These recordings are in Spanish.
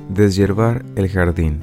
Deshiervar el jardín.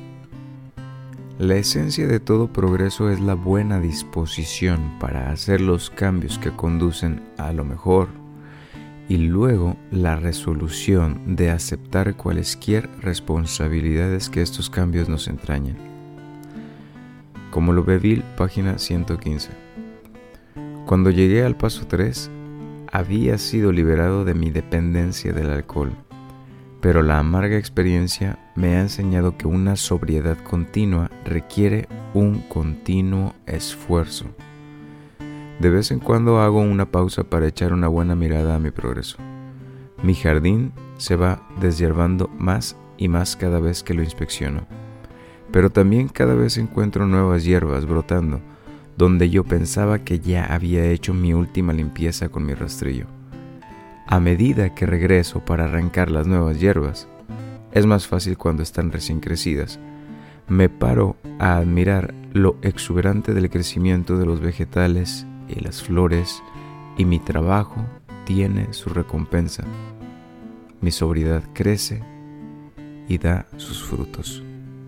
La esencia de todo progreso es la buena disposición para hacer los cambios que conducen a lo mejor y luego la resolución de aceptar cualesquier responsabilidades que estos cambios nos entrañan. Como lo ve Bill, página 115. Cuando llegué al paso 3, había sido liberado de mi dependencia del alcohol, pero la amarga experiencia me ha enseñado que una sobriedad continua requiere un continuo esfuerzo. De vez en cuando hago una pausa para echar una buena mirada a mi progreso. Mi jardín se va deshiervando más y más cada vez que lo inspecciono, pero también cada vez encuentro nuevas hierbas brotando donde yo pensaba que ya había hecho mi última limpieza con mi rastrillo. A medida que regreso para arrancar las nuevas hierbas, es más fácil cuando están recién crecidas. Me paro a admirar lo exuberante del crecimiento de los vegetales y las flores, y mi trabajo tiene su recompensa. Mi sobriedad crece y da sus frutos.